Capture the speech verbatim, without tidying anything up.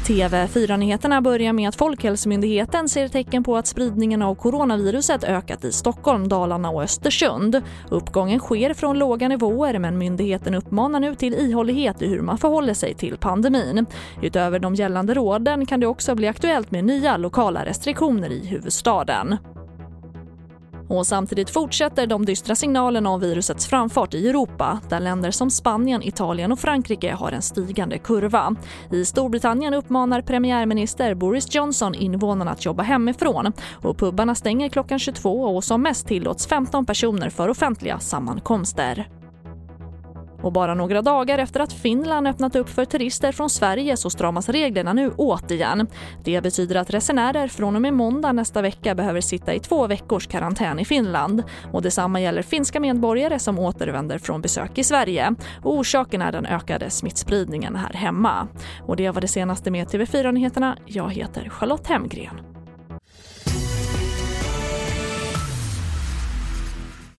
T V fyra-nyheterna börjar med att Folkhälsomyndigheten ser tecken på att spridningen av coronaviruset ökat i Stockholm, Dalarna och Östersund. Uppgången sker från låga nivåer, men myndigheten uppmanar nu till ihållighet i hur man förhåller sig till pandemin. Utöver de gällande råden kan det också bli aktuellt med nya lokala restriktioner i huvudstaden. Och samtidigt fortsätter de dystra signalerna om virusets framfart i Europa, där länder som Spanien, Italien och Frankrike har en stigande kurva. I Storbritannien uppmanar premiärminister Boris Johnson invånarna att jobba hemifrån, och pubbarna stänger klockan tjugotvå och som mest tillåts femton personer för offentliga sammankomster. Och bara några dagar efter att Finland öppnat upp för turister från Sverige så stramas reglerna nu åt igen. Det betyder att resenärer från och med måndag nästa vecka behöver sitta i två veckors karantän i Finland. Och detsamma gäller finska medborgare som återvänder från besök i Sverige. Och orsaken är den ökade smittspridningen här hemma. Och det var det senaste med T V fyra-nyheterna. Jag heter Charlotte Hemgren.